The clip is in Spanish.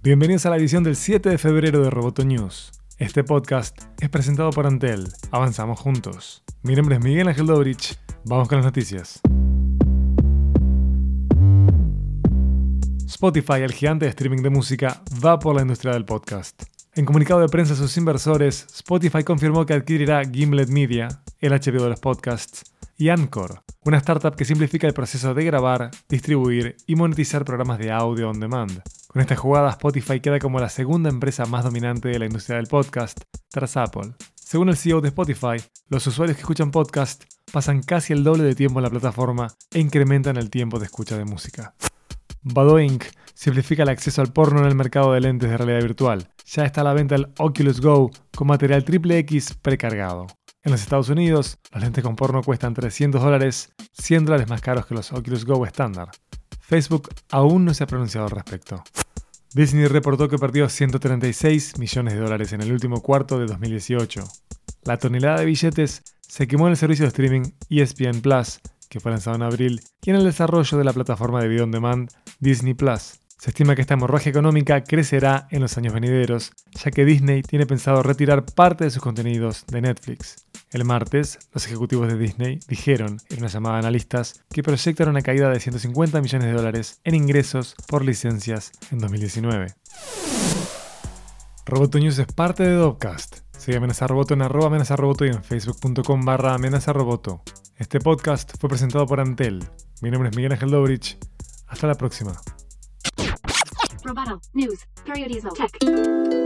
Bienvenidos a la edición del 7 de febrero de Roboto News. Este podcast es presentado por Antel. Avanzamos juntos. Mi nombre es Miguel Ángel Dobrich. Vamos con las noticias. Spotify, el gigante de streaming de música, va por la industria del podcast. En comunicado de prensa a sus inversores, Spotify confirmó que adquirirá Gimlet Media, el HBO de los podcasts, y Anchor, una startup que simplifica el proceso de grabar, distribuir y monetizar programas de audio on demand. Con esta jugada, Spotify queda como la segunda empresa más dominante de la industria del podcast, tras Apple. Según el CEO de Spotify, los usuarios que escuchan podcast pasan casi el doble de tiempo en la plataforma e incrementan el tiempo de escucha de música. Badoo Inc. simplifica el acceso al porno en el mercado de lentes de realidad virtual. Ya está a la venta el Oculus Go con material XXX precargado. En los Estados Unidos, los lentes con porno cuestan $300, $100 más caros que los Oculus Go estándar. Facebook aún no se ha pronunciado al respecto. Disney reportó que perdió $136 millones en el último cuarto de 2018. La tonelada de billetes se quemó en el servicio de streaming ESPN Plus, que fue lanzado en abril, y en el desarrollo de la plataforma de video on demand Disney Plus. Se estima que esta hemorragia económica crecerá en los años venideros, ya que Disney tiene pensado retirar parte de sus contenidos de Netflix. El martes, los ejecutivos de Disney dijeron, en una llamada a analistas, que proyectan una caída de $150 millones en ingresos por licencias en 2019. Roboto News es parte de Dopcast. Sigue Amenaza Roboto en @amenazaroboto y en facebook.com/amenazaroboto. Este podcast fue presentado por Antel. Mi nombre es Miguel Ángel Dobrich. Hasta la próxima. Roboto News, periodismo tech.